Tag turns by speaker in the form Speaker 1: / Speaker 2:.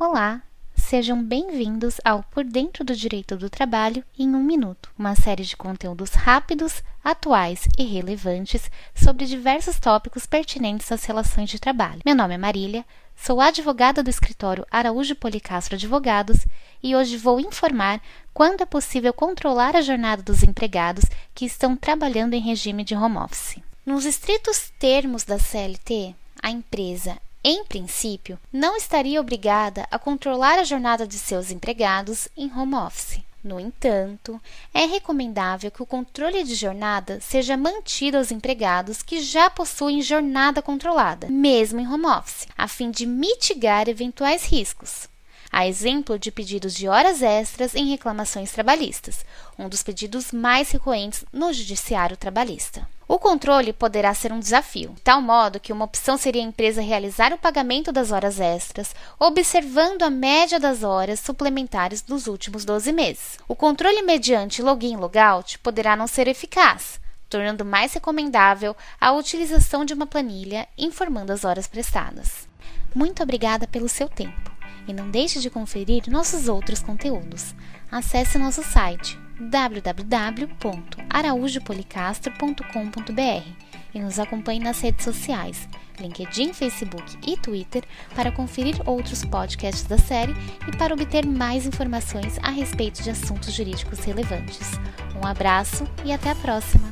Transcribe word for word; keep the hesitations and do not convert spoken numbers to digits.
Speaker 1: Olá, sejam bem-vindos ao Por Dentro do Direito do Trabalho em um Minuto, uma série de conteúdos rápidos, atuais e relevantes sobre diversos tópicos pertinentes às relações de trabalho. Meu nome é Marília, sou advogada do escritório Araújo Policastro Advogados e hoje vou informar quando é possível controlar a jornada dos empregados que estão trabalhando em regime de home office. Nos estritos termos da C L T, a empresa, em princípio, não estaria obrigada a controlar a jornada de seus empregados em home office. No entanto, é recomendável que o controle de jornada seja mantido aos empregados que já possuem jornada controlada, mesmo em home office, a fim de mitigar eventuais riscos. A exemplo de pedidos de horas extras em reclamações trabalhistas, um dos pedidos mais recorrentes no judiciário trabalhista. O controle poderá ser um desafio, de tal modo que uma opção seria a empresa realizar o pagamento das horas extras, observando a média das horas suplementares dos últimos doze meses. O controle mediante login e logout poderá não ser eficaz, tornando mais recomendável a utilização de uma planilha informando as horas prestadas. Muito obrigada pelo seu tempo. E não deixe de conferir nossos outros conteúdos. Acesse nosso site w w w ponto araújo policastro ponto com ponto b r e nos acompanhe nas redes sociais, LinkedIn, Facebook e Twitter, para conferir outros podcasts da série e para obter mais informações a respeito de assuntos jurídicos relevantes. Um abraço e até a próxima!